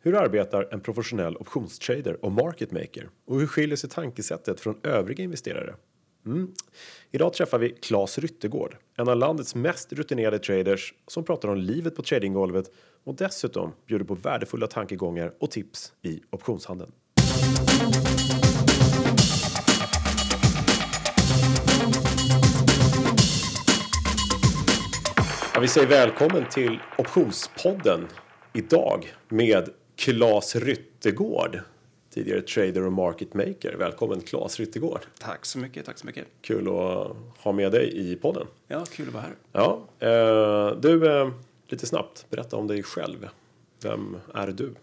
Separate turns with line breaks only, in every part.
Hur arbetar en professionell optionstrader och market maker? Och hur skiljer sig tankesättet från övriga investerare? Idag träffar vi Claes Ryttegård, en av landets mest rutinerade traders som pratar om livet på tradinggolvet och dessutom bjuder på värdefulla tankegångar och tips i optionshandeln. Vi säger välkommen till Optionspodden idag med Claes Ryttegård, tidigare trader och market maker. Välkommen Claes Ryttegård.
Tack så mycket, tack så mycket.
Kul att ha med dig i podden.
Ja, kul att vara här.
Ja, du, lite snabbt, berätta om dig själv. Vem är du?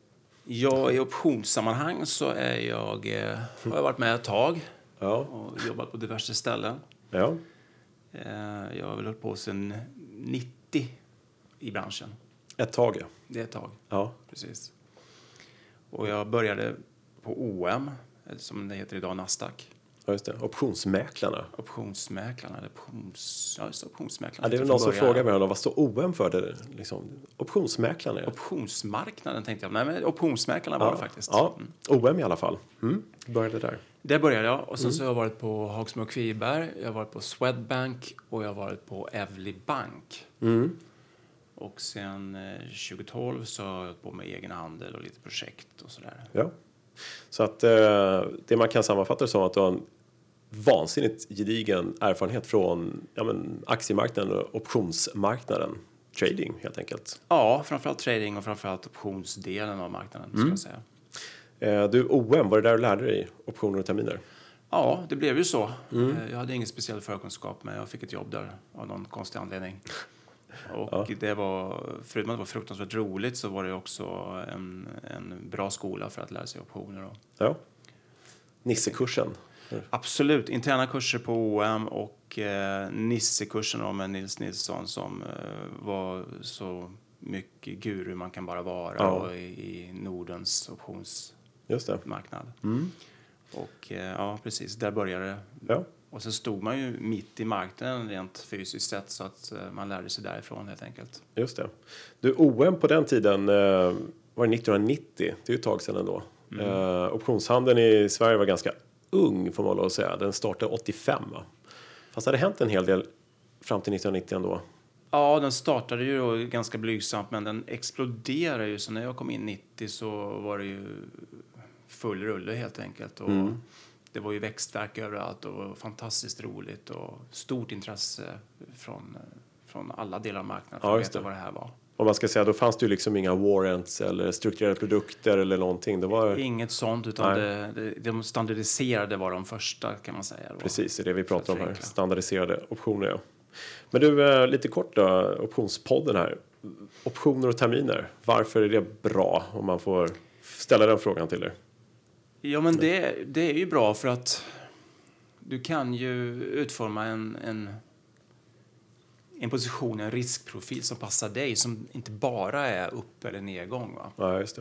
Ja, i optionssammanhang så är har jag varit med ett tag och jobbat på diverse ställen.
Ja.
Jag har väl hållit på sedan 90 i branschen.
Ett tag, ja.
Det är ett tag,
Ja.
precis. Och jag började på OM, eller som det heter idag, Nasdaq.
Ja, just det. Optionsmäklarna.
Optionsmäklarna, eller optionsmäklarna.
Ja, det är väl någon som frågar mig vad står OM för? Det, liksom, optionsmäklarna. Ja.
Optionsmarknaden tänkte jag. Nej, men optionsmäklarna var det faktiskt.
Ja, OM i alla fall. Började där.
Det började jag. Och sen så har jag varit på Hagsmo och Kviberg. Jag har varit på Swedbank. Och jag har varit på Evli Bank. Och sen 2012 så har jag hållit på med egen handel och lite projekt och sådär.
Ja. Så att det man kan sammanfatta det som att du har en vansinnigt gedigen erfarenhet från aktiemarknaden och optionsmarknaden. Trading helt enkelt.
Ja, framförallt trading och framförallt optionsdelen av marknaden ska jag säga.
Du, OM, var det där du lärde dig optioner och terminer?
Ja, det blev ju så. Jag hade ingen speciell förkunskap, men jag fick ett jobb där av någon konstig anledning. Och det var, förutom att det var fruktansvärt roligt, så var det också en bra skola för att lära sig optioner.
Ja. Nissekursen.
Absolut. Interna kurser på OM och Nissekursen med Nils Nilsson som var så mycket guru man kan bara vara i Nordens optionsmarknad. Och ja, precis. Där började det. Ja. Och så stod man ju mitt i marknaden rent fysiskt sett, så att man lärde sig därifrån helt enkelt.
Just det. Du, OM på den tiden var 1990. Det är ju ett tag sedan ändå. Optionshandeln i Sverige var ganska ung, får man lov att säga. Den startade 85, va? Fast det hade hänt en hel del fram till 1990 ändå.
Ja, den startade ju då ganska blygsamt, men den exploderade ju. Så när jag kom in 90 så var det ju full rulle helt enkelt. Och det var ju växtverk överallt och fantastiskt roligt och stort intresse från alla delar av marknaden för att veta vad det här var.
Om man ska säga, då fanns det ju liksom inga warrants eller strukturerade produkter eller någonting. Det var
inget sånt, utan de standardiserade var de första, kan man säga. Då.
Precis, det är det vi pratar om här. Standardiserade optioner, ja. Men du, lite kort då, optionspodden här. Optioner och terminer, varför är det bra om man får ställa den frågan till er?
Ja, men det är ju bra för att du kan ju utforma en position, en riskprofil som passar dig, som inte bara är upp- eller nedgång. Va?
Ja, just det.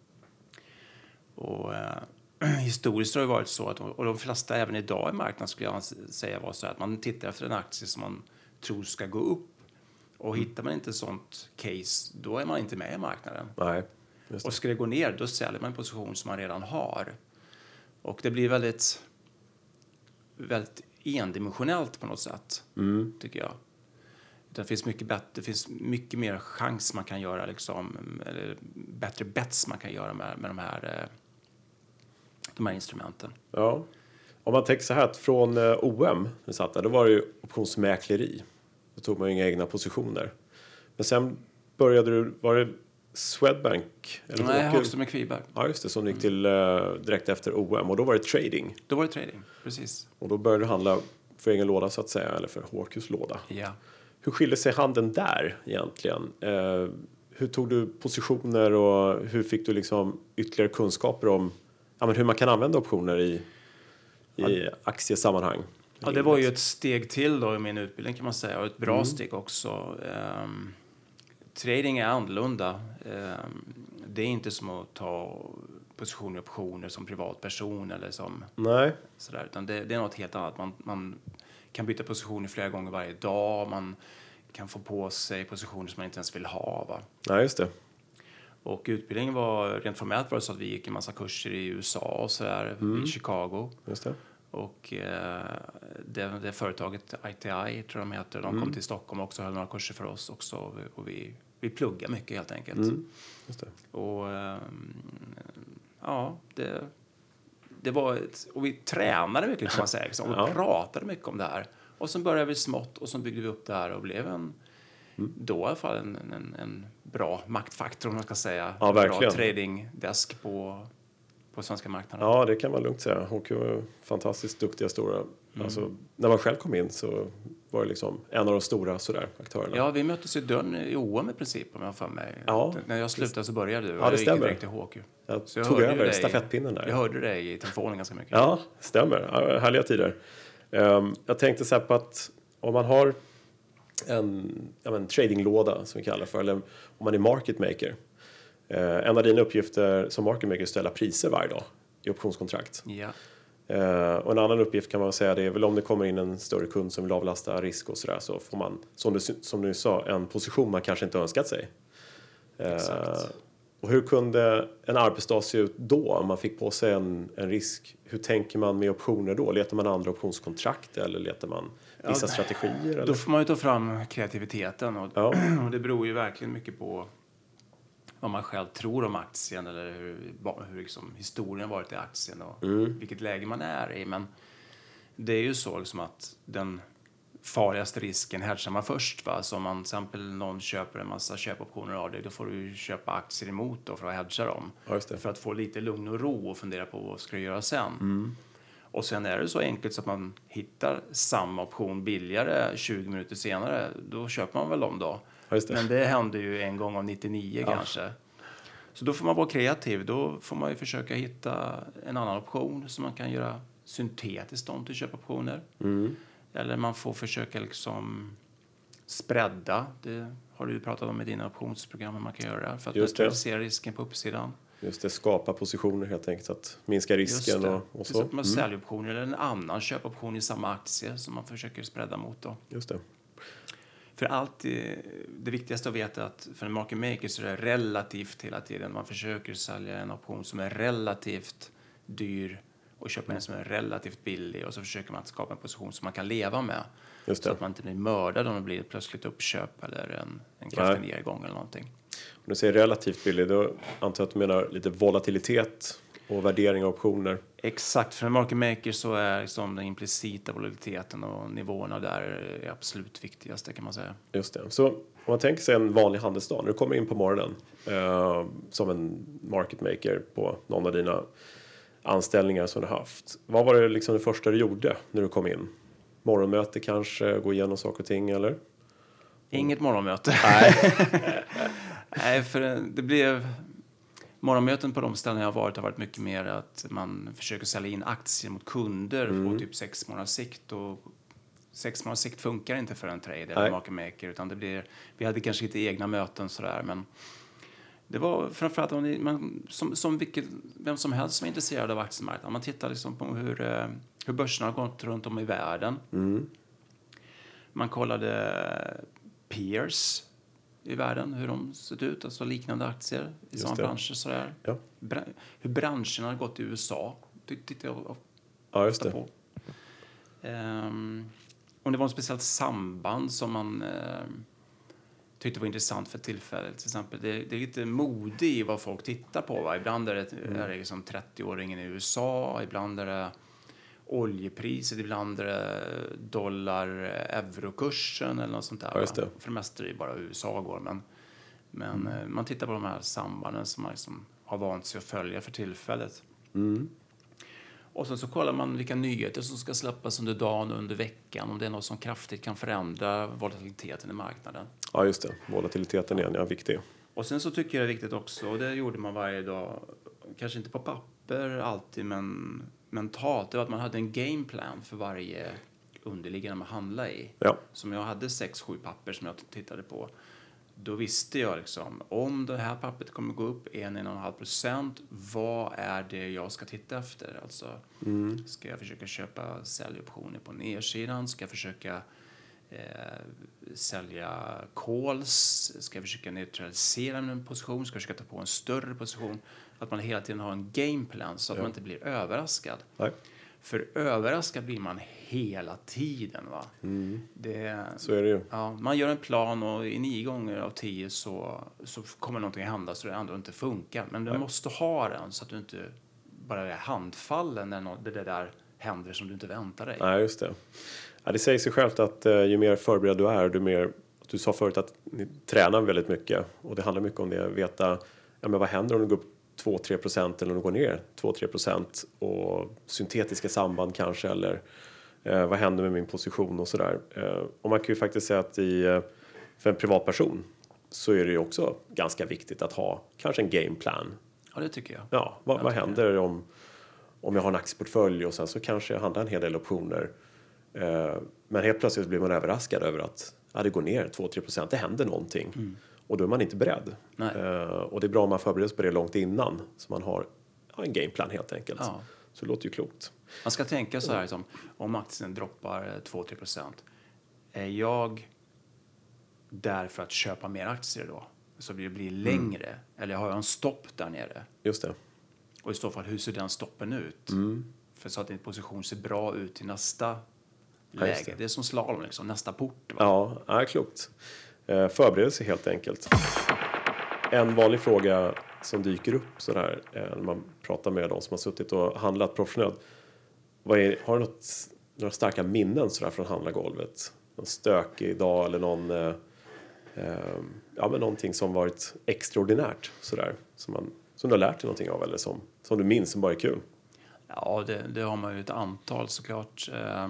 Och historiskt har det varit så, och de flesta även idag i marknaden skulle jag säga var så att man tittar efter en aktie som man tror ska gå upp. Och hittar man inte ett sånt case, då är man inte med i marknaden.
Nej, just det.
Och ska det gå ner, då säljer man en position som man redan har. Och det blir väldigt endimensionellt på något sätt, tycker jag. Det finns mycket mer chans man kan göra, liksom, eller bättre bets man kan göra med de här instrumenten.
Ja. Om man tänker så här att från OM, då var det ju optionsmäkleri. Då tog man ju inga egna positioner. Men sen var det Swedbank? Eller
Nej, Hagsmo med Kviberg.
Ja, just det, som gick till direkt efter OM. Och då var det trading.
Då var det trading, precis.
Och då började du handla för egen låda, så att säga, eller för HQs låda.
Ja.
Hur skiljer sig handeln där egentligen? Hur tog du positioner och hur fick du liksom ytterligare kunskaper om hur man kan använda optioner i aktiesammanhang?
Ja, det var ju ett steg till då i min utbildning, kan man säga, och ett bra steg också. Trading är annorlunda. Det är inte som att ta positioner och optioner som privatperson eller som sådär, utan det är något helt annat. Man kan byta positioner flera gånger varje dag. Man kan få på sig positioner som man inte ens vill ha. Va?
Ja, just det.
Och utbildningen var, rent formellt var det så att vi gick en massa kurser i USA och så där, i Chicago.
Just det.
Och det företaget ITI tror jag de heter, de kom till Stockholm också och höll några kurser för oss också. Och vi pluggar mycket helt enkelt.
Just det.
Och ja, det var och vi tränade mycket kan man säga. Liksom, och pratade mycket om det här. Och så började vi smått och så byggde vi upp det här och blev då i alla fall en bra maktfaktor om man ska säga.
Ja,
en
verkligen.
bra tradingdesk på svenska marknaden.
Ja, det kan man lugnt säga. HQ var fantastiskt duktiga, stora. Alltså, när man själv kom in så var det liksom en av de stora aktörerna.
Ja, vi möttes i dörren i OM i princip om jag för mig.
Ja,
när jag slutade så började du.
Ja, det stämmer.
Direkt till HQ.
Jag
Så jag
tog
hörde
över
dig-
stafettpinnen där.
Jag hörde dig i telefonen ganska mycket.
Ja, stämmer. Ja, härliga tider. Jag tänkte så här på att om man har en tradinglåda som vi kallar för, eller om man är market maker. En av dina uppgifter som market maker är att ställa priser varje dag i optionskontrakt.
Ja.
Och en annan uppgift kan man säga, det är väl om det kommer in en större kund som vill avlasta risk och sådär, så får man, som du sa, en position man kanske inte önskat sig.
Exakt.
Och hur kunde en arbetsdag se ut då om man fick på sig en risk? Hur tänker man med optioner då? Letar man andra optionskontrakt eller letar man vissa strategier? Eller?
Då får man ju ta fram kreativiteten och,
Ja.
och det beror ju verkligen mycket på vad man själv tror om aktien eller hur liksom historien har varit i aktien och vilket läge man är i. Men det är ju så liksom att den farligaste risken hedgar man först. Va? Så om man till exempel någon köper en massa köpoptioner av dig, då får du köpa aktier emot då för att hedga dem.
Ja, just det.
För att få lite lugn och ro och fundera på vad ska du göra sen. Och sen är det så enkelt så att man hittar samma option billigare 20 minuter senare. Då köper man väl dem då.
Ja, just det.
Men det händer ju en gång av 99 kanske. Så då får man vara kreativ. Då får man ju försöka hitta en annan option som man kan göra syntetiskt om till köpoptioner. Eller man får försöka liksom spreada. Det har du ju pratat om i dina optionsprogram hur man kan göra för att neutralisera risken på uppsidan.
Just det, skapa positioner helt enkelt, att minska risken och så.
Till exempel säljoptioner eller en annan köpoption i samma aktie som man försöker spreada mot då.
Just det.
För allt det viktigaste att veta är att för en market maker så är det relativt hela tiden. Man försöker sälja en option som är relativt dyr och köpa en som är relativt billig och så försöker man skapa en position som man kan leva med.
Just det.
Så att man inte blir mördad om det blir ett plötsligt uppköp eller en kraftig nedgång eller någonting.
Om du säger relativt billig, då antar jag att du menar lite volatilitet och värdering av optioner.
Exakt, för en market maker så är liksom den implicita volatiliteten och nivåerna där är absolut viktigaste kan man säga.
Just det. Så om man tänker sig en vanlig handelsdag, när du kommer in på morgonen som en market maker på någon av dina anställningar som du haft. Vad var det liksom det första du gjorde när du kom in? Morgonmöte kanske, gå igenom saker och ting eller?
Inget morgonmöte.
Nej.
Nej, för det blev... Morgonmöten på de ställen jag har varit mycket mer att man försöker sälja in aktier mot kunder på typ 6 månaders sikt. Och 6 månaders sikt funkar inte för en trader eller market maker. Utan det blir, vi hade kanske lite egna möten sådär. Men det var framförallt vem som helst som är intresserad av aktiemarknaden. Man tittar liksom på hur börserna har gått runt om i världen. Man kollade peers i världen, hur de sett ut, alltså liknande aktier i samma branscher sådär.
Ja.
Hur branscherna har gått i USA, tittar jag
just
på. Om det var ett speciellt samband som man tyckte var intressant för tillfället. Till exempel, det är lite mode i vad folk tittar på. Va? Ibland är det liksom 30-åringen i USA, ibland är det oljepriset, ibland är det dollar-eurokursen eller något sånt där.
Ja,
För det mesta är det bara USA går. Men man tittar på de här sambanden som man liksom har vant sig att följa för tillfället. Och sen så kollar man vilka nyheter som ska släppas under dagen och under veckan. Om det är något som kraftigt kan förändra volatiliteten i marknaden.
Ja, just det. Volatiliteten är viktig.
Och sen så tycker jag det är viktigt också, och det gjorde man varje dag, kanske inte på papper alltid, men mentalt, det var att man hade en gameplan för varje underliggande man handlade i.
Ja.
Som jag hade 6-7 papper som jag tittade på. Då visste jag liksom, om det här pappret kommer gå upp 1,5%, vad är det jag ska titta efter? Alltså, ska jag försöka köpa säljoptioner på nedsidan? Ska jag försöka sälja calls, ska jag försöka neutralisera en position, ska jag försöka ta på en större position. Att man hela tiden har en gameplan så att man inte blir överraskad.
Nej.
För överraskad blir man hela tiden. Va?
Så är det ju.
Ja, man gör en plan och i 9 gånger av 10 så kommer någonting hända så det andra inte funkar. Men du måste ha den så att du inte bara är handfallen när det där händer som du inte väntar dig.
Nej, just det. Ja, det säger sig självt att ju mer förberedd du är, du sa förut att ni tränar väldigt mycket. Och det handlar mycket om det. Veta, men vad händer om du går upp 2-3% eller om du går ner 2-3% och syntetiska samband kanske, eller vad händer med min position och sådär. Och man kan ju faktiskt säga att för en privatperson så är det ju också ganska viktigt att ha kanske en gameplan.
Ja, det tycker jag.
Ja, vad händer om jag har en aktieportfölj och sen så kanske jag handlar en hel del optioner. Men helt plötsligt blir man överraskad över att det går ner 2-3%, det händer någonting. Och då är man inte beredd. Och det är bra om man förbereder sig på det långt innan. Så man har en gameplan helt enkelt. Ja. Så det låter ju klokt.
Man ska tänka så här, som, om aktien droppar 2-3%. Är jag där för att köpa mer aktier då? Så det blir längre. Eller har jag en stopp där nere?
Just det.
Och i så fall, hur ser den stoppen ut? För så att din position ser bra ut i nästa läge. Det är som slalom, liksom, nästa port. Va?
Ja, klokt. Förberedelse helt enkelt. En vanlig fråga som dyker upp sådär när man pratar med de som har suttit och handlat professionellt. Har du några starka minnen sådär från handlargolvet? Någon stökig dag eller någonting som varit extraordinärt sådär, som du har lärt dig någonting av eller som du minns som bara är kul?
Ja, det har man ju ett antal såklart.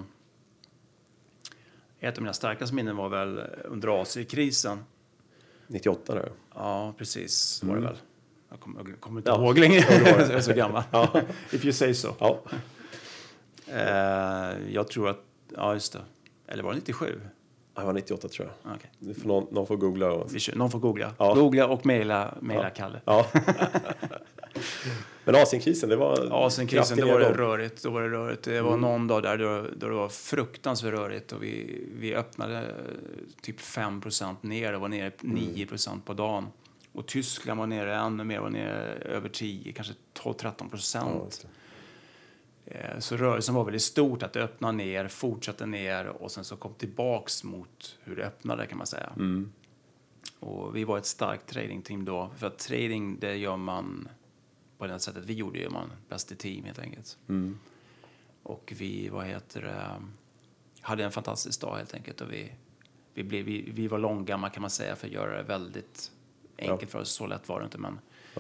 Ett av mina starkaste minnen var väl under Asiekrisen.
98 där.
Ja, precis. Var det väl. Jag kommer inte ihåg längre. Jag är så gammal. If you say so.
Ja.
Jag tror att, ja just det. Eller var det 97?
Det var 98 tror jag.
Okay.
Någon får googla.
Någon får googla.
Ja.
Googla och mejla Kalle.
Ja. Men Asienkrisen, det var...
Asienkrisen, då var det rörigt. Det var någon dag där då det var fruktansvärt rörigt. Och vi öppnade typ 5% ner och var nere 9% på dagen. Och Tyskland var nere ännu mer, var nere över 10, kanske 12-13%. Så rörelsen var väldigt stort, att det öppnade ner, fortsatte ner och sen så kom tillbaks mot hur det öppnade, kan man säga. Och vi var ett starkt tradingteam då. För att trading, det gör man på det sättet vi gjorde, gör man bäst i team helt enkelt. Och vi, hade en fantastisk dag helt enkelt. Och vi var långgamla, kan man säga, för att göra det väldigt enkelt för oss. Så lätt var det inte, men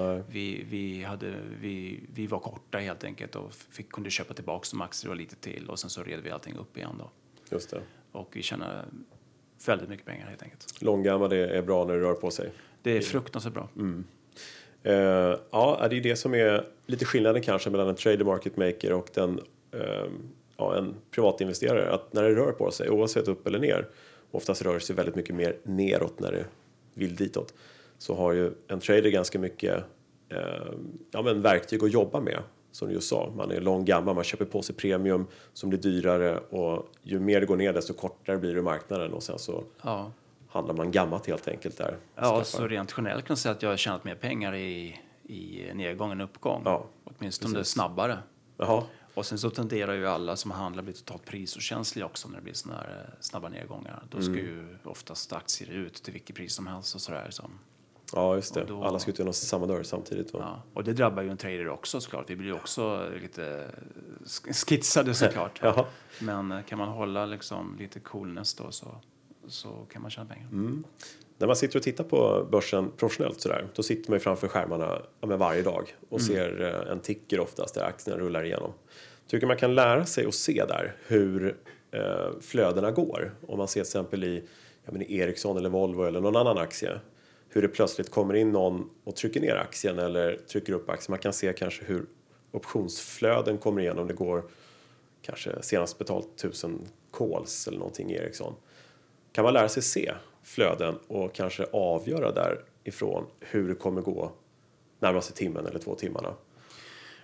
vi var korta helt enkelt och kunde köpa tillbaka som aktier och lite till. Och sen så red vi allting upp igen då.
Just det.
Och vi tjänade väldigt mycket pengar helt enkelt.
Långgammal, det är bra när det rör på sig.
Det är fruktansvärt bra.
Det är det som är lite skillnaden kanske mellan en trader market maker och en privatinvesterare. Att när det rör på sig, oavsett upp eller ner, oftast rör det sig väldigt mycket mer neråt när det vill ditåt, så har ju en trader ganska mycket verktyg att jobba med. Som du just sa, man är långgammal, man köper på sig premium som blir dyrare, och ju mer det går ner desto kortare blir det i marknaden, och sen så handlar man gammalt helt enkelt där.
Ja, så rent generellt kan jag säga att jag har tjänat mer pengar i nedgång än uppgång.
Ja,
åtminstone snabbare.
Jaha.
Och sen så tenderar ju alla som handlar bli totalt prisokänsliga också när det blir såna här snabba nedgångar. Då ska ju oftast aktier ut till vilket pris som helst och sådär.
Ja, just det. Alla ska ut genom samma dörr samtidigt.
Ja, och det drabbar ju en trader också såklart. Vi blir ju också lite skitsade såklart.
Jaha.
Men kan man hålla liksom lite coolness då så kan man tjäna pengar.
När man sitter och tittar på börsen professionellt sådär, då sitter man ju framför skärmarna varje dag och ser en ticker oftast där aktierna rullar igenom. Tycker man kan lära sig att se där hur flödena går. Om man ser till exempel i Ericsson eller Volvo eller någon annan aktie, hur det plötsligt kommer in någon och trycker ner aktien eller trycker upp aktien. Man kan se kanske hur optionsflöden kommer igenom. Det går kanske senast betalt 1000 calls eller någonting i Ericsson. Kan man lära sig se flöden och kanske avgöra därifrån hur det kommer gå närmaste timmen eller 2 timmarna?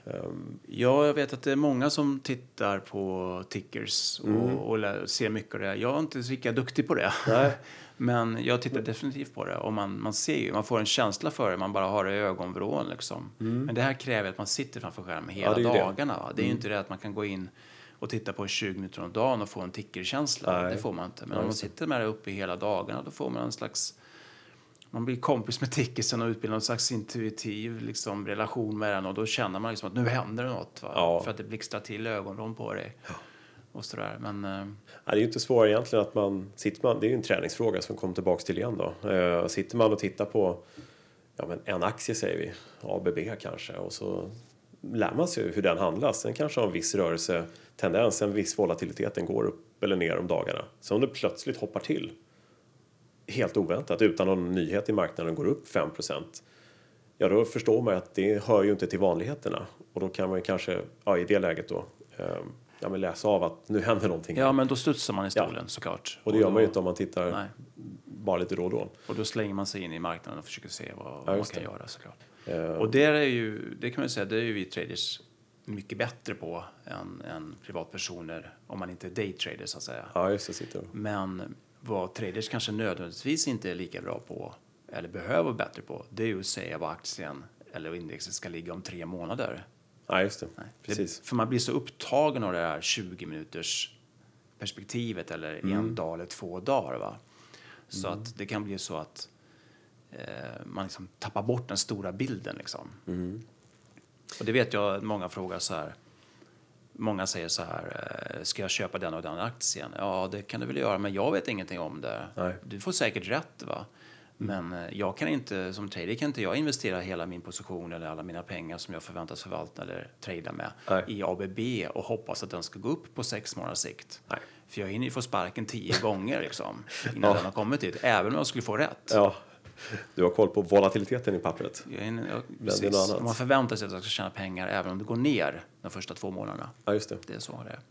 Ja, jag vet att det är många som tittar på tickers och ser mycket av det. Jag är inte så lika duktig på det.
Nej.
Men jag tittar definitivt på det. Och man ser ju, man får en känsla för det. Man bara har det i ögonvrån liksom. Men det här kräver att man sitter framför skärmen hela dagarna. Va? Det är ju inte det att man kan gå in och titta på 20 minuter om dagen och få en tickerkänsla. Det får man inte. Men om man sitter med det uppe hela dagarna, då får man en slags... Man blir kompis med tickersen och utbildar någon slags intuitiv liksom, relation med den. Och då känner man liksom att nu händer det något. Va? Ja. För att det blixtrar till ögonvrån på dig. Ja. Och sådär. Men,
det är ju inte svårare egentligen att det är ju en träningsfråga som kommer tillbaka till igen då. Sitter man och tittar på en aktie säger vi, ABB kanske. Och så lär man sig hur den handlas. Den kanske har en viss rörelsetendens, en viss volatilitet. Den går upp eller ner om dagarna. Så om det plötsligt hoppar till helt oväntat utan någon nyhet i marknaden går upp 5%. Ja, då förstår man att det hör ju inte till vanligheterna. Och då kan man ju kanske, i det läget då, läsa av att nu händer någonting.
Ja, men då studsar man i stolen såklart.
Och det gör man ju inte om man tittar bara lite då och då.
Och då slänger man sig in i marknaden och försöker se vad man kan göra såklart. Och det kan man säga, det är ju vi traders mycket bättre på än privatpersoner om man inte är daytrader så att säga.
Ja, just det. Sitter.
Men vad traders kanske nödvändigtvis inte är lika bra på eller behöver vara bättre på, det är ju att säga vad aktien eller indexet ska ligga om 3 månader.
Ja, just det. Precis.
För man blir så upptagen av det här 20 minuters perspektivet eller en dag eller 2 dagar. Va? Så att det kan bli så att man liksom tappar bort den stora bilden. Liksom. Och det vet jag många frågar så här. Många säger så här, ska jag köpa den och den aktien? Ja, det kan du väl göra, men jag vet ingenting om det. Nej. Du får säkert rätt, va? Men jag kan inte, som trader kan inte jag investera hela min position eller alla mina pengar som jag förväntas förvalta eller trada med i ABB och hoppas att den ska gå upp på 6 månaders sikt. Nej. För jag hinner ju få sparken 10 gånger liksom, innan den har kommit dit, även om jag skulle få rätt.
Ja. Du har koll på volatiliteten i pappret.
Precis. Man förväntar sig att jag ska tjäna pengar även om det går ner de första 2 månaderna.
Ja, just det.
Det är så det är.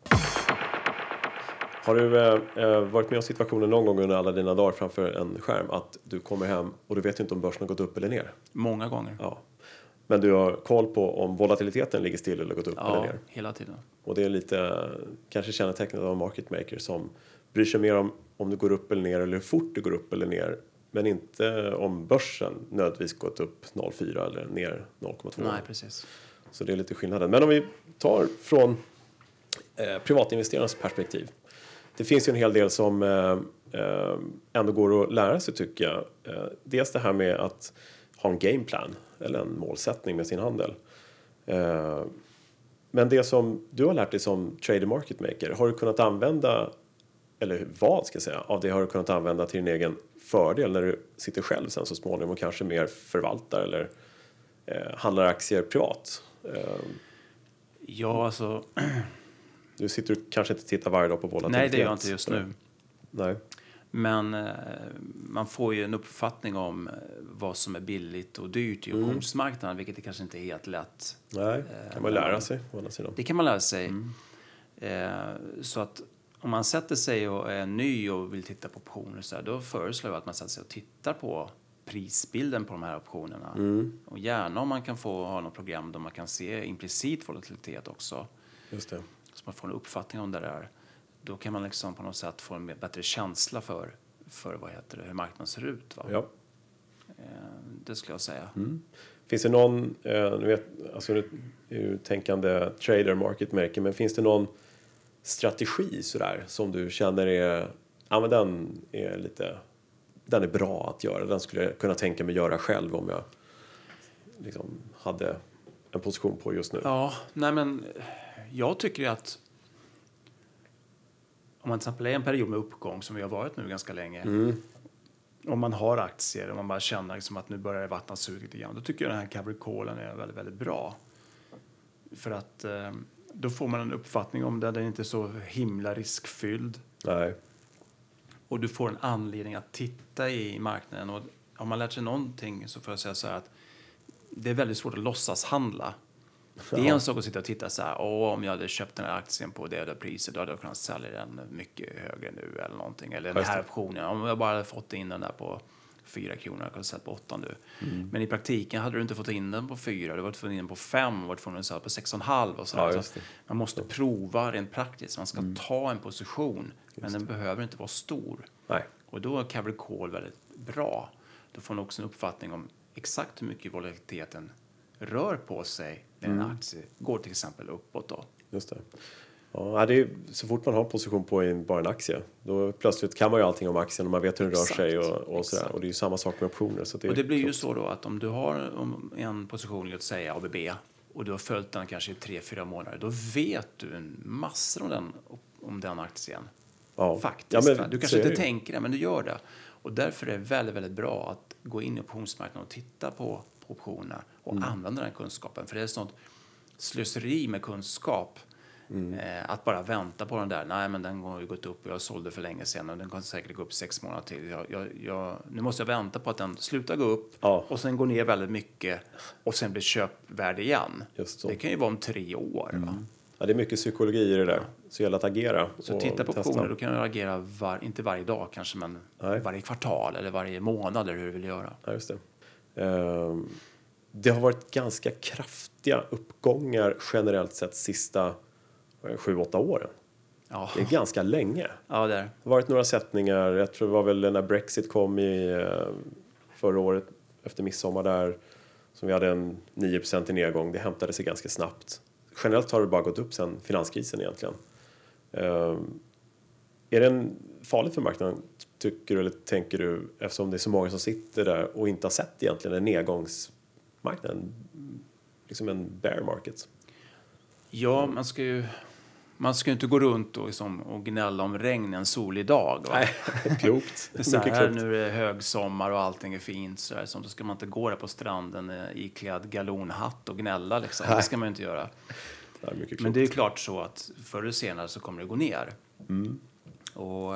Har du varit med om situationen någon gång under alla dina dagar framför en skärm att du kommer hem och du vet inte om börsen har gått upp eller ner?
Många gånger.
Ja. Men du har koll på om volatiliteten ligger still eller gått upp eller ner?
Ja, hela tiden.
Och det är lite kanske kännetecknet av en market maker som bryr sig mer om det går upp eller ner eller hur fort det går upp eller ner. Men inte om börsen nödvändigtvis gått upp 0,4 eller ner 0,2.
Nej, precis.
Så det är lite skillnaden. Men om vi tar från privatinvesterarnas perspektiv. Det finns ju en hel del som ändå går att lära sig tycker jag. Dels det här med att ha en gameplan eller en målsättning med sin handel. Men det som du har lärt dig som trader market maker, har du kunnat använda, eller vad ska jag säga, av det har du kunnat använda till din egen fördel när du sitter själv sen så småningom och kanske mer förvaltar eller handlar aktier privat?
Ja, alltså...
Du sitter kanske inte tittar varje dag på volatilitet.
Nej, det gör jag inte just nu.
Nej.
Men man får ju en uppfattning om vad som är billigt och dyrt i optionsmarknaden, vilket det kanske inte är helt lätt.
Nej, kan man lära sig å andra sidan.
Det kan man lära sig. Så att om man sätter sig och är ny och vill titta på optioner så här, då föreslår jag att man sätter sig och tittar på prisbilden på de här optionerna. Och gärna om man kan ha något program där man kan se implicit volatilitet också.
Just det.
Så man får en uppfattning om det där. Då kan man liksom på något sätt få en bättre känsla för hur marknaden ser ut. Va?
Ja.
Det skulle jag säga.
Finns det någon, alltså nu är du tänkande trader, market maker, men finns det någon strategi sådär som du känner men den är bra att göra, den skulle jag kunna tänka mig göra själv om jag liksom hade en position på just nu?
Ja, nej men jag tycker att om man till exempel är i en period med uppgång som vi har varit nu ganska länge, om man har aktier och man bara känner liksom att nu börjar det vattnas ut lite grann, då tycker jag den här covered callen är väldigt, väldigt bra. För att då får man en uppfattning om det, den är inte så himla riskfylld.
Nej. Och
du får en anledning att titta i marknaden. Och om man lärt sig någonting så får jag säga så här att det är väldigt svårt att låtsas handla. Det är en sak att sitta och titta så här, om jag hade köpt den här aktien på det där priset, då hade jag kunnat sälja den mycket högre nu eller någonting. Eller den här optionen, om jag bara hade fått in den där på 4 kronor, jag kunde sälja på 8 nu. Men i praktiken hade du inte fått in den på 4, du var tvungen in den på 5, och var tvungen att sälja på 6,5 och sådär.
Ja,
Så man måste prova rent praktiskt, man ska ta en position, men den behöver inte vara stor.
Nej.
Och då är covered call väldigt bra. Då får man också en uppfattning om exakt hur mycket volatiliteten rör på sig när en aktie går till exempel uppåt då.
Just det. Ja, det är, så fort man har en position på bara en aktie, då plötsligt kan man ju allting om aktien och man vet hur den rör sig och sådär. Och det är ju samma sak med optioner. Så det,
och det blir ju så då att om du har en position, låt säga ABB, och du har följt den kanske i 3-4 månader, då vet du en massor om den aktien.
ja.
Faktiskt.
Men,
du kanske inte tänker det, men du gör det. Och därför är det väldigt, väldigt bra att gå in i optionsmarknaden och titta på optioner och använda den kunskapen. För det är sånt slöseri med kunskap. Att bara vänta på den där. Nej, men den har ju gått upp och jag sålde för länge sedan och den kan säkert gå upp 6 månader till. Nu måste jag vänta på att den slutar gå upp och sen går ner väldigt mycket och sen blir köpvärde igen.
Just så.
Det kan ju vara om 3 år. Va?
Ja, det är mycket psykologi i det där. Så gäller att agera.
Så titta på optioner, då kan du agera inte varje dag kanske, men varje kvartal eller varje månad eller hur du vill göra.
Ja, just det. Det har varit ganska kraftiga uppgångar generellt sett sista 7-8 åren.
Ja.
Det är ganska länge.
Ja,
Det har varit några sättningar. Jag tror det var väl när Brexit kom förra året efter midsommar där, som vi hade en 9% i nedgång. Det hämtade sig ganska snabbt. Generellt har det bara gått upp sedan finanskrisen egentligen. Är det farligt för marknaden, tycker du, eller tänker du, eftersom det är så många som sitter där och inte har sett egentligen en nedgångsmarknad, liksom en bear market?
Ja, man ska ju inte gå runt och gnälla om regn en solig dag. Va?
Nej, klokt.
Det är så här, nu är det högsommar och allting är fint. Så där, då ska man inte gå där på stranden iklädd galonhatt och gnälla. Liksom. Det ska man inte göra. Men det är klart så att förr eller senare så kommer det gå ner. Och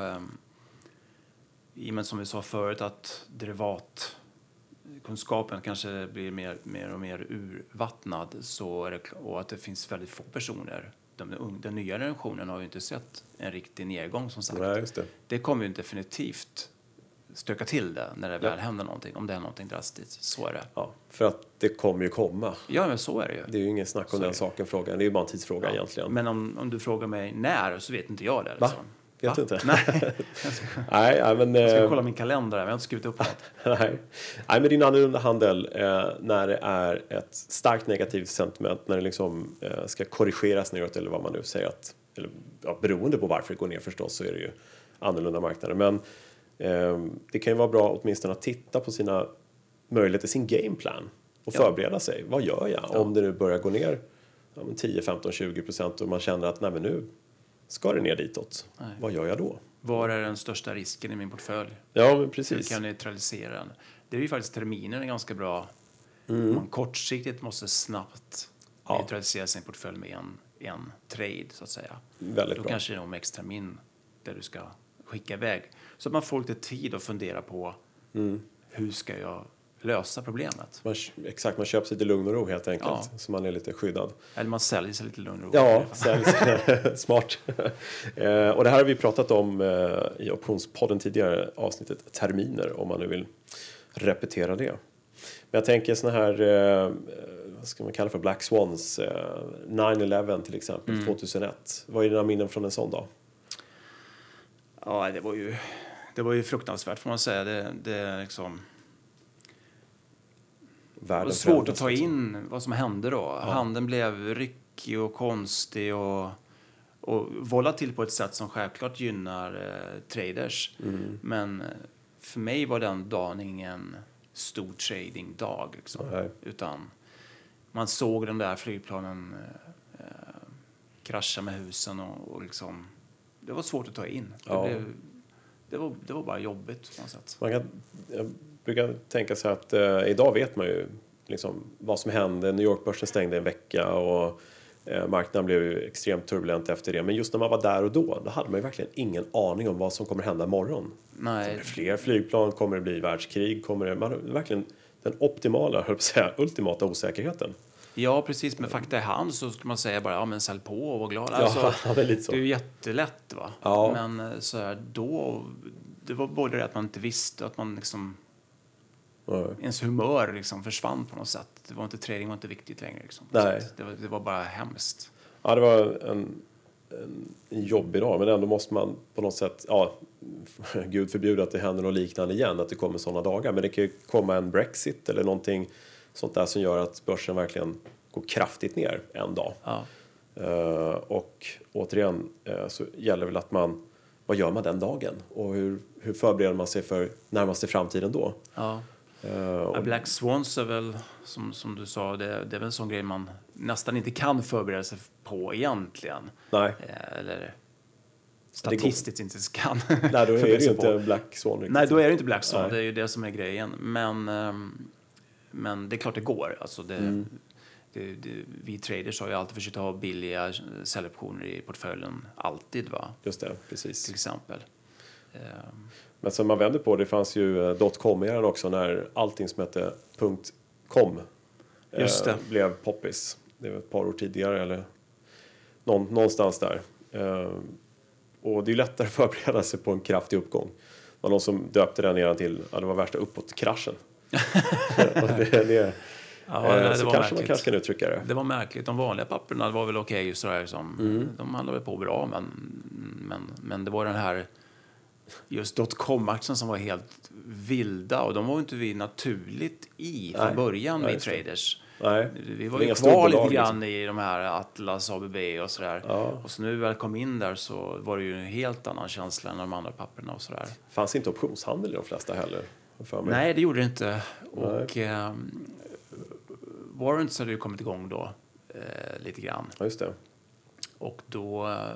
i och med som vi sa förut att derivatkunskapen kanske blir mer och mer urvattnad, så är det, och att det finns väldigt få personer. Den nya generationen har ju inte sett en riktig nedgång som sagt.
Nej, just det.
Det kommer ju definitivt stöka till det när det väl händer någonting, om det är någonting drastiskt. Så är det.
Ja, för att det kommer ju komma.
Ja, men så är det ju.
Det är ju ingen snack om den saken, frågan. Det är ju bara en tidsfråga egentligen.
Men om du frågar mig när, så vet inte jag det. Liksom.
Va? Vet du inte?
Nej.
Nej, men...
Jag ska kolla min kalender här, men jag har inte skrivit upp något.
Nej, men din annorlunda handel när det är ett starkt negativt sentiment, när det liksom ska korrigeras neråt eller vad man nu säger att, eller, beroende på varför det går ner förstås, så är det ju annorlunda marknader. Men det kan ju vara bra åtminstone att titta på sina möjligheter, sin gameplan och förbereda sig. Vad gör jag om det nu börjar gå ner 10, 15, 20% och man känner att nej, men nu ska det ner ditåt. Nej. Vad gör jag då?
Var är den största risken i min portfölj?
Ja, men precis.
Hur kan jag neutralisera den? Det är ju faktiskt terminen är ganska bra. Man kortsiktigt måste snabbt neutralisera sin portfölj med en trade, så att säga.
Väldigt
då
bra.
Kanske det är en termin där du ska skicka iväg. Så att man får lite tid att fundera på hur ska jag lösa problemet.
Man köper sig lite lugn och ro helt enkelt. Så man är lite skyddad.
Eller man säljer sig lite lugn och ro.
Ja, smart. Och det här har vi pratat om i optionspodden tidigare, avsnittet terminer, om man nu vill repetera det. Men jag tänker såna här, vad ska man kalla för, Black Swans, 9/11 till exempel, 2001. Vad är dina minnen från en sån dag?
Ja, det var ju fruktansvärt, får man säga. Det liksom... Det var svårt att ta in vad som hände då. Ja. Handeln blev ryckig och konstig och volatil på ett sätt som självklart gynnar traders. Men för mig var den dagen ingen stor tradingdag. Liksom. Utan man såg den där flygplanen krascha med husen och liksom, det var svårt att ta in. Det var bara jobbigt på något sätt.
Jag brukar tänka så att idag vet man ju liksom vad som hände. New York-börsen stängde en vecka och marknaden blev ju extremt turbulent efter det. Men just när man var där och då hade man ju verkligen ingen aning om vad som kommer hända imorgon.
Nej.
Kommer det fler flygplan? Kommer det bli världskrig? Man har verkligen den optimala, höll på att säga, ultimata osäkerheten.
Ja, precis. Med fakta i hand så skulle man säga bara, men sälj på och var glad.
Det är lite så.
Det är ju jättelätt, va? Ja. Men så här, då, det var både det att man inte visste, att man liksom ens humör liksom försvann på något sätt. Det var inte trading var inte viktigt längre. Liksom.
Nej.
Det var bara hemskt.
Ja, det var en jobbig dag, men ändå måste man på något sätt, gud förbjude att det händer något liknande igen, att det kommer sådana dagar. Men det kan ju komma en Brexit eller någonting sånt där som gör att börsen verkligen går kraftigt ner en dag.
Ja.
Och återigen så gäller väl att vad gör man den dagen? Och hur förbereder man sig för närmaste framtiden då?
Ja. Black Swans är väl, som du sa, det är väl en sån grej man nästan inte kan förbereda sig på egentligen.
Nej.
Eller statistiskt inte kan.
Nej, då är det ju inte Black Swan riktigt.
Nej, då är det inte Black Swan. Nej. Det är ju det som är grejen. Men det är klart det går. Alltså vi traders har ju alltid försökt ha billiga säljoptioner i portföljen. Alltid, va?
Just det, precis.
Till exempel.
Men som man vänder på, det fanns ju .com-eran också när allting som hette .com blev poppis. Det var ett par år tidigare eller någonstans där. Och det är ju lättare att förbereda sig på en kraftig uppgång. Det var någon som döpte den eran till, det var värsta uppåt-kraschen.
Det
så
var
kanske
märkligt.
man kanske kan uttrycka det.
Det var märkligt. De vanliga papperna var väl okej, sådär som de handlade på bra, men det var den här just .com-aktien som var helt vilda, och de var inte vi naturligt från början med traders.
Nej.
Vi var ju kvar lite grann i de här Atlas, ABB och sådär. Ja. Och så nu väl kom in där så var det ju en helt annan känsla än de andra papperna och sådär.
Fanns inte optionshandel i de flesta heller?
Nej, det gjorde det inte. Och warrants hade ju kommit igång då lite grann.
Ja, just det.
Och då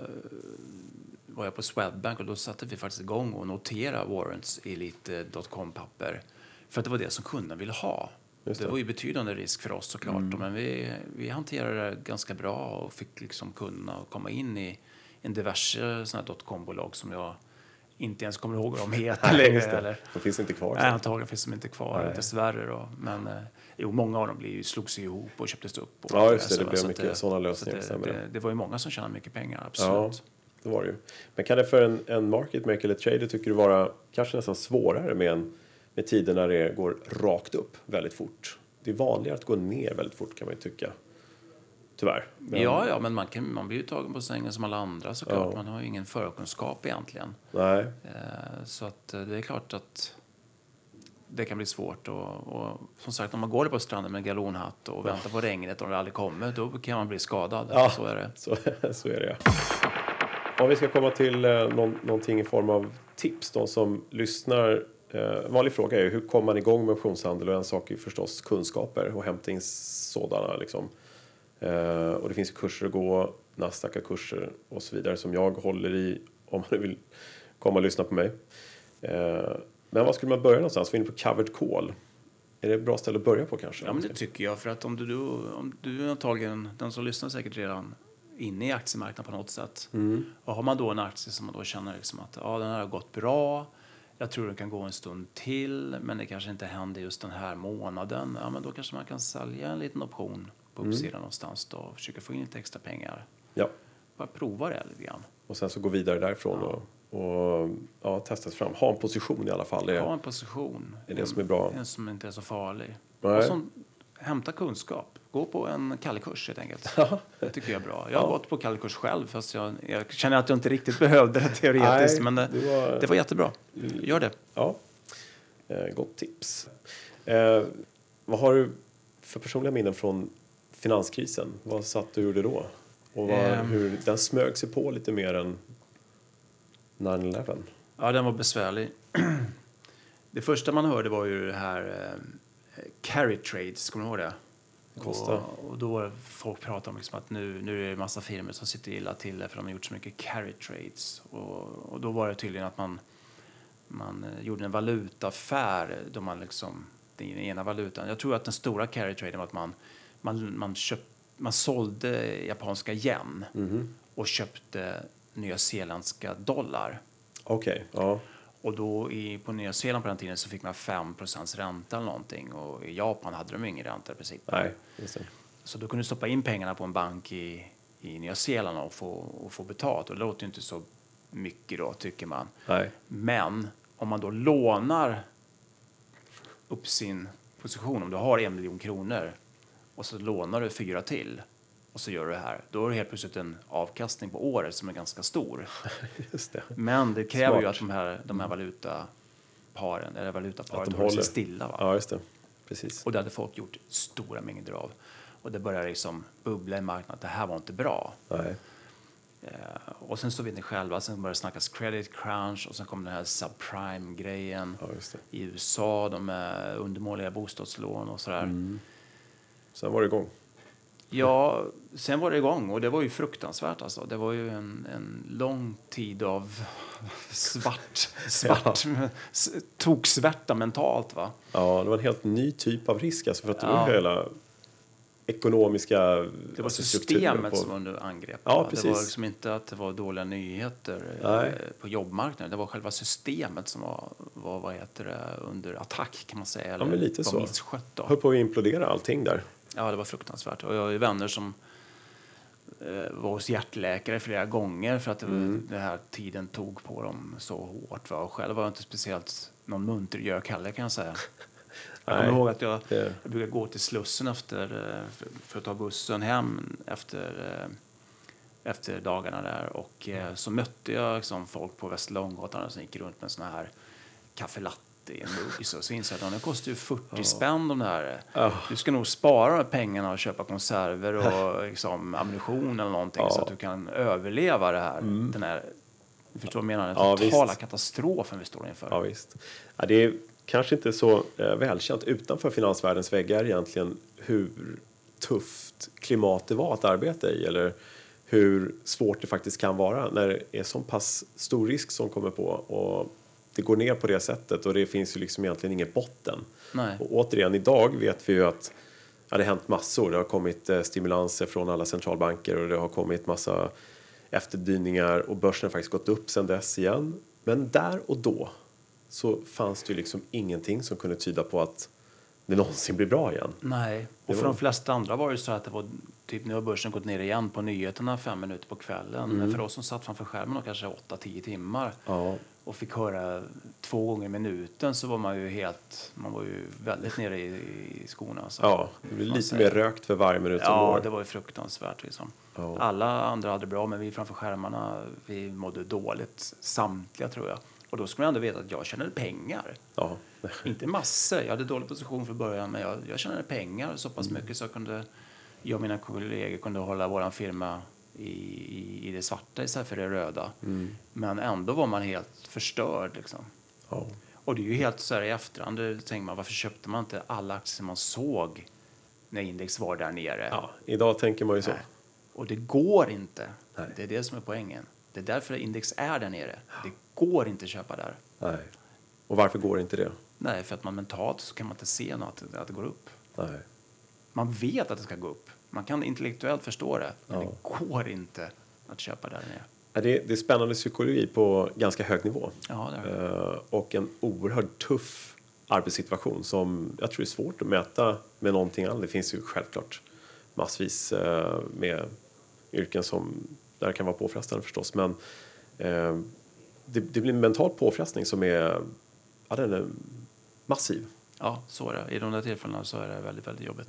var jag på Swedbank och då satte vi faktiskt igång och notera warrants i lite .com-papper. För att det var det som kunden ville ha. Det var ju betydande risk för oss såklart. Men vi hanterade det ganska bra och fick liksom kunderna komma in i en diverse sådana här .com-bolag som jag inte ens kommer ihåg vad de heter längre. Eller?
De finns inte kvar.
Nej, antagligen finns de inte kvar, dessvärre då. Men många av dem slogs ihop och köptes upp. Och
ja, just det. Det blev mycket sådana lösningar.
Det var ju många som tjänade mycket pengar, absolut.
Ja, det var det ju. Men kan det för en market maker eller trader, tycker du, vara kanske nästan svårare med tider när det går rakt upp väldigt fort? Det är vanligare att gå ner väldigt fort, kan man ju tycka. Tyvärr. Men... Ja,
men man blir ju tagen på sängen som alla andra såklart. Ja. Man har ju ingen förkunskap egentligen.
Nej.
Så att det är klart att det kan bli svårt. Och som sagt, om man går på stranden med galonhatt och väntar på regnet och det aldrig kommer, då kan man bli skadad.
Ja,
så är det.
Så är det, ja. Om vi ska komma till någonting i form av tips, de som lyssnar. En vanlig fråga är hur kommer man igång med optionshandel, och en sak är förstås kunskaper och hämta in sådana liksom. Och det finns kurser att gå, Nasdaq-kurser och så vidare som jag håller i om man vill komma och lyssna på mig. Men vad skulle man börja någonstans? Vi är inne på covered call. Är det ett bra ställe att börja på kanske?
Ja, men det tycker jag. För att om du är antagligen, den som lyssnar säkert redan inne i aktiemarknaden på något sätt. Och har man då en aktie som man då känner liksom att den här har gått bra, jag tror den kan gå en stund till, men det kanske inte händer just den här månaden. Ja, men då kanske man kan sälja en liten option på uppsidan någonstans då och försöka få in lite extra pengar.
Ja.
Bara prova det lite grann.
Och sen så gå vidare därifrån och testa sig fram. Ha en position i alla fall.
Ha en position.
Det är det som är bra.
En som inte är så farlig.
Nej.
Och som hämta kunskap. Gå på en kallekurs helt enkelt. Det tycker jag är bra. Jag har gått på kallekurs själv, fast jag känner att jag inte riktigt behövde det teoretiskt. Men det var jättebra. Gör det.
Ja, gott tips. Vad har du för personliga minnen från finanskrisen? Vad satt du och gjorde då? Och hur den smög sig på lite mer än 9/11?
Ja, den var besvärlig. Det första man hörde var ju det här carry trades, kommer du ihåg det? Och då var folk pratade om liksom att nu är det en massa firmor som sitter illa till för de har gjort så mycket carry trades. Och då var det tydligen att man gjorde en valutaaffär då man liksom, den ena valutan. Jag tror att den stora carry traden var att man sålde japanska yen och köpte nyzeeländska dollar.
Okej, ja.
Och då på Nya Zeeland på den tiden så fick man 5% ränta eller någonting. Och i Japan hade de ingen ränta i princip.
Nej, just det.
Så då kunde du stoppa in pengarna på en bank i Nya Zeeland och få betalt. Och det låter ju inte så mycket då, tycker man.
Nej.
Men om man då lånar upp sin position. Om du har 1 miljon kronor och så lånar du 4 till och så gör du det här. Då har du helt plötsligt en avkastning på året som är ganska stor.
Just det.
Men det kräver ju
Smart.
att de här valutaparet
Att de
håller sig
håller.
stilla. Va?
Ja, just det. Precis.
Och det hade folk gjort stora mängder av. Och det började liksom bubbla i marknaden att det här var inte bra.
Nej.
Och sen stod vi inte själva, sen började det snackas credit crunch och sen kom den här subprime-grejen
Ja, just det.
i USA, de med undermåliga bostadslån och sådär.
Sen var det igång.
Ja, sen var det igång och det var ju fruktansvärt alltså. Det var ju en lång tid av toksvärta mentalt, va?
Ja, det var en helt ny typ av risk. Alltså, för att det var ju hela ekonomiska
Det var systemet
på...
som var under angrepp.
Ja,
va?
precis.
Det var liksom inte att det var dåliga nyheter på jobbmarknaden. Det var själva systemet som var vad heter det, under attack, kan man säga. Eller
men lite
var
så.
misskött då.
Höll på att implodera allting där.
Ja, det var fruktansvärt. Och jag har ju vänner som var hos hjärtläkare flera gånger för att den här tiden tog på dem så hårt. Va? Och själv var jag inte speciellt någon muntergök heller, kan jag säga. Jag kommer ihåg att jag brukade gå till Slussen för att ta bussen hem efter dagarna där. Och så mötte jag liksom folk på Västerlånggatan som gick runt med såna här kaffelatte i en mugg. Så insåg jag att det kostar ju 40 spänn de där. Du ska nog spara de här pengarna och köpa konserver och liksom ammunition eller någonting så att du kan överleva det här. Den här, du förstår vad jag menar? Den totala katastrofen vi står inför.
Ja, visst. Ja, det är kanske inte så välkänt utanför finansvärldens väggar egentligen hur tufft klimat det var att arbeta i eller hur svårt det faktiskt kan vara när det är så pass stor risk som kommer på och det går ner på det sättet och det finns ju liksom egentligen ingen botten.
Nej.
Och återigen, idag vet vi ju att det har hänt massor. Det har kommit stimulanser från alla centralbanker och det har kommit massa efterdyningar och börsen har faktiskt gått upp sedan dess igen. Men där och då så fanns det ju liksom ingenting som kunde tyda på att det någonsin blir bra igen.
Nej, och för de flesta andra var det så att det var typ nu har börsen gått ner igen på nyheterna 5 minuter på kvällen. Men för oss som satt framför skärmen och kanske 8-10 timmar och fick höra 2 gånger i minuten så var man ju väldigt nere i skorna. Så
Ja, det blir lite mer rökt för varje minut som går.
Ja, det var ju fruktansvärt liksom. Ja. Alla andra hade det bra, men vi framför skärmarna, vi mådde dåligt, samtliga tror jag. Och då skulle man ändå veta att jag tjänade pengar.
Ja.
Inte massor. Jag hade dålig position från början, men jag tjänade pengar så pass mycket så jag och mina kollegor kunde hålla vår firma i det svarta istället för det röda. Men ändå var man helt förstörd liksom.
Ja.
Och det är ju helt så här i efterhand, då tänker man, varför köpte man inte alla aktier man såg när index var där nere?
Ja, idag tänker man ju så.
Nej. Och det går inte.
Nej.
Det är det som är poängen. Det är därför index är där nere. Det går inte att köpa där.
Nej. Och varför går inte det?
Nej, för att man mentalt så kan man inte se något att det går upp.
Nej.
Man vet att det ska gå upp. Man kan intellektuellt förstå det. Men det går inte att köpa där nere.
Det är spännande psykologi på ganska hög nivå.
Ja, det är det.
Och en oerhört tuff arbetssituation som jag tror är svårt att mäta med någonting annat. Det finns ju självklart massvis med yrken som där kan vara påfrestande förstås. Men det blir en mental påfrestning som den är massiv.
Ja, så är det. I de där tillfällena så är det väldigt, väldigt jobbigt.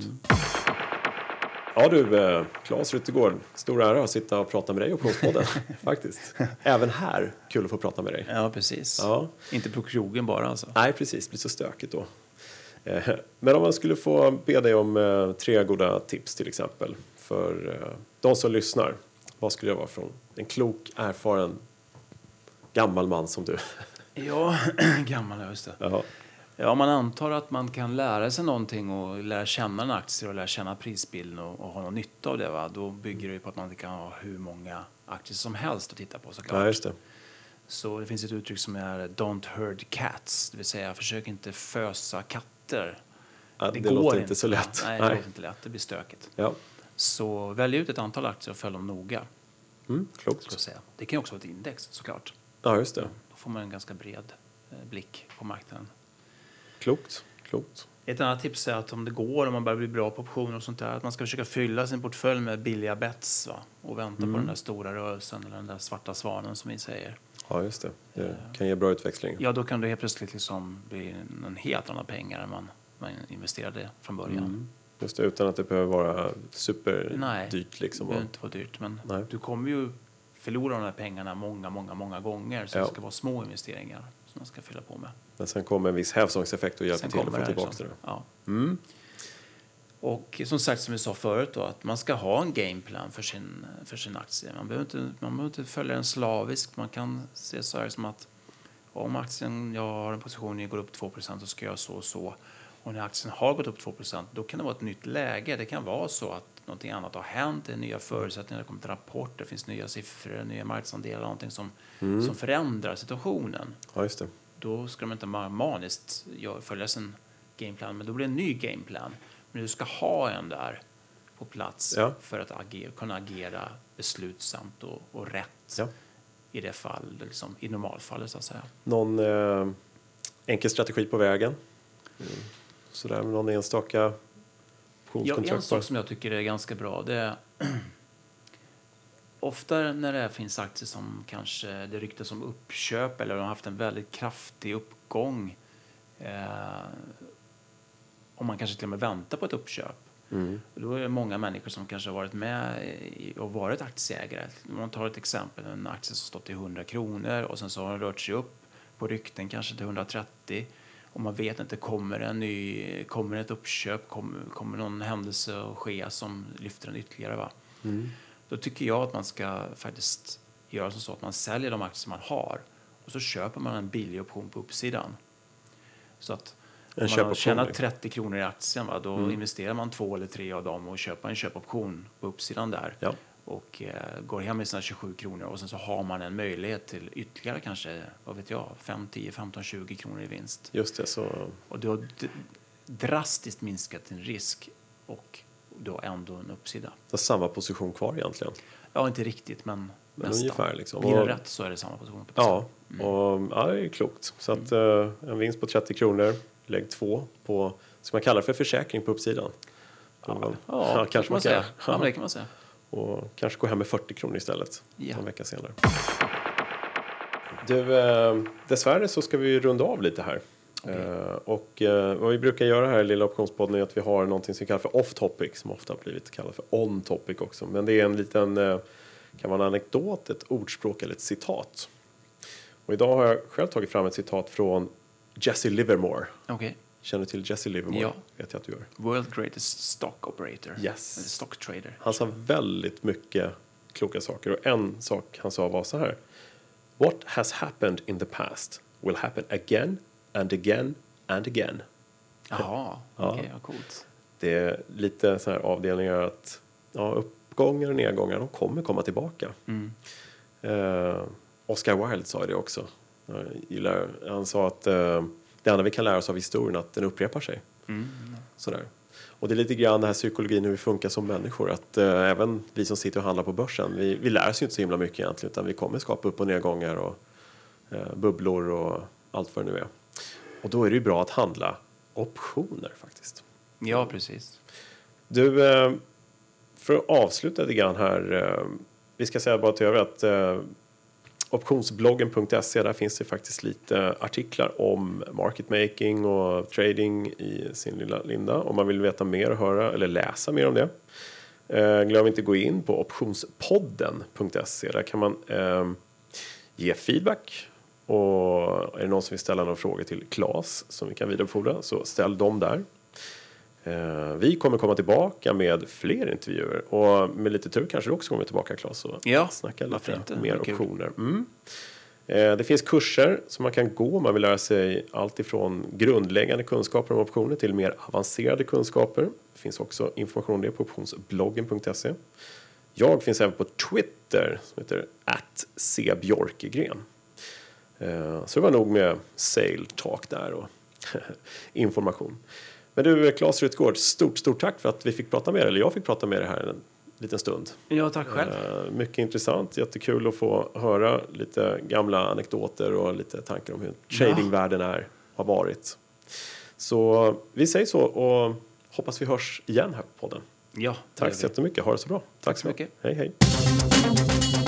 Ja du, Claes Ryttergård, stor ära att sitta och prata med dig och Optionspodden faktiskt. Även här, kul att få prata med dig.
Ja, precis.
Ja.
Inte på krogen bara alltså.
Nej, precis. Det blir så stökigt då. Men om man skulle få be dig om 3 goda tips till exempel för de som lyssnar. Vad skulle jag vara från en klok, erfaren, gammal man som du?
Ja, gammal, just det.
Jaha.
Ja, man antar att man kan lära sig någonting och lära känna en aktie och lära känna prisbilden och ha någon nytta av det. Va? Då bygger det på att man inte kan ha hur många aktier som helst att titta på såklart.
Ja, just det.
Så det finns ett uttryck som är don't herd cats, det vill säga försök inte fösa katter.
Ja, det låter inte så lätt.
Nej, det låter inte lätt. Det blir stökigt.
Ja.
Så välj ut ett antal aktier och följ dem noga.
Klokt.
Ska jag säga. Det kan ju också vara ett index såklart.
Ja, just det.
Då får man en ganska bred blick på marknaden.
Klokt.
Ett annat tips är att om det går, om man börjar bli bra på optioner och sånt där, att man ska försöka fylla sin portfölj med billiga bets, va? Och vänta på den där stora rörelsen eller den där svarta svanen som vi säger.
Ja, just det. Det kan ge bra utväxling.
Ja, då kan det helt plötsligt liksom bli en helt annan pengar än man investerade från början.
Just det, utan att det behöver vara superdyrt. Liksom.
Det behöver inte vara dyrt, men
Nej.
du kommer ju förlora de här pengarna många gånger. Så det ska vara små investeringar som man ska fylla på med.
Men sen kommer en viss hävstångseffekt och hjälper till att få tillbaka det.
Ja. Och som sagt, som vi sa förut då, att man ska ha en gameplan för sin aktie. Man behöver inte följa den slaviskt. Man kan se så här som att om aktien, jag har en position, går upp 2%, så ska jag så och så. Och när aktien har gått upp 2%, då kan det vara ett nytt läge. Det kan vara så att någonting annat har hänt, det är nya förutsättningar, det kommer till rapporter, det finns nya siffror, nya marknadsandelar, någonting som förändrar situationen.
Ja, just det.
Då ska de inte maniskt följa sin gameplan, men då blir det en ny gameplan. Men du ska ha en där på plats för att kunna agera beslutsamt och rätt i det fall, liksom, i normalfallet så att säga.
Någon enkel strategi på vägen? Sådär, någon enstaka optionskontrakt?
En sak som jag tycker är ganska bra, det är ofta när det finns aktier som kanske det ryktas om uppköp eller de har haft en väldigt kraftig uppgång, om man kanske till och med väntar på ett uppköp. Då är det många människor som kanske har varit med och varit aktieägare. Om man tar ett exempel, en aktie som stått i 100 kronor och sen så har den rört sig upp på rykten kanske till 130. Och man vet inte, kommer ett uppköp, kommer någon händelse att ske som lyfter den ytterligare, va? Då tycker jag att man ska faktiskt göra så att man säljer de aktier man har och så köper man en billig option på uppsidan. Så att om man har tjänat 30 kronor i aktien, va, då investerar man 2 eller 3 av dem och köper en köpoption på uppsidan där. Ja. Och går hem med sina 27 kronor och sen så har man en möjlighet till ytterligare kanske, vad vet jag, 5, 10, 15, 20 kronor i vinst.
Just det, så...
Och du har drastiskt minskat din risk och du har ändå en uppsida.
Det är samma position kvar egentligen?
Ja, inte riktigt, men nästan.
Ungefär liksom.
Blir det rätt så är det samma position.
Ja, och det är klokt. Så att en vinst på 30 kronor, lägg 2 på, ska man kalla det för försäkring på uppsidan?
Ja, kanske man säga. Ja, det kan man säga.
Och kanske gå hem med 40 kronor istället en vecka senare. Du, dessvärre så ska vi runda av lite här. Och vad vi brukar göra här i Lilla Optionspodden är att vi har någonting som vi kallar för off-topic, som ofta har blivit kallat för on-topic också. Men det är en liten, kan vara en anekdot, ett ordspråk eller ett citat. Och idag har jag själv tagit fram ett citat från Jesse Livermore. Känner du till Jesse Livermore?
Ja.
Vet jag att du gör.
World greatest stock operator.
Yes.
Eller stock trader.
Han sa väldigt mycket kloka saker. Och en sak han sa var så här: What has happened in the past will happen again and again and again.
Jaha, okej, coolt.
Det är lite så här avdelningar att uppgångar och nedgångar, de kommer komma tillbaka. Oscar Wilde sa det också. Han sa att det enda vi kan lära oss av historien att den upprepar sig. Sådär. Och det är lite grann den här psykologin hur vi funkar som människor. Att även vi som sitter och handlar på börsen, vi lär oss ju inte så himla mycket egentligen. Utan vi kommer skapa upp- och nedgångar och bubblor och allt vad det nu är. Och då är det ju bra att handla optioner faktiskt.
Ja, precis.
Du, för att avsluta lite grann här. Vi ska säga bara till över att optionsbloggen.se, där finns det faktiskt lite artiklar om market making och trading i sin lilla linda. Om man vill veta mer och höra eller läsa mer om det. Glöm inte gå in på optionspodden.se. Där kan man ge feedback. Och är det någon som vill ställa några frågor till Claes som vi kan vidarebefordra, så ställ dem där. Vi kommer komma tillbaka med fler intervjuer. Och med lite tur kanske du också kommer tillbaka, Claes, och snacka lite mer optioner. Det finns kurser som man kan gå om man vill lära sig allt ifrån grundläggande kunskaper om optioner till mer avancerade kunskaper. Det finns också information om det på optionsbloggen.se. Jag finns även på Twitter som heter @cbjorkegren. Så det var nog med sale talk där och information. Men du, Claes Rytgård, stort tack för att vi fick prata med dig, eller jag fick prata med dig här en liten stund.
Ja, tack själv.
Mycket intressant, jättekul att få höra lite gamla anekdoter och lite tankar om hur tradingvärlden har varit. Så vi säger så och hoppas vi hörs igen här på podden.
Ja,
tack så jättemycket, ha det så bra.
Tack så mycket.
Hej.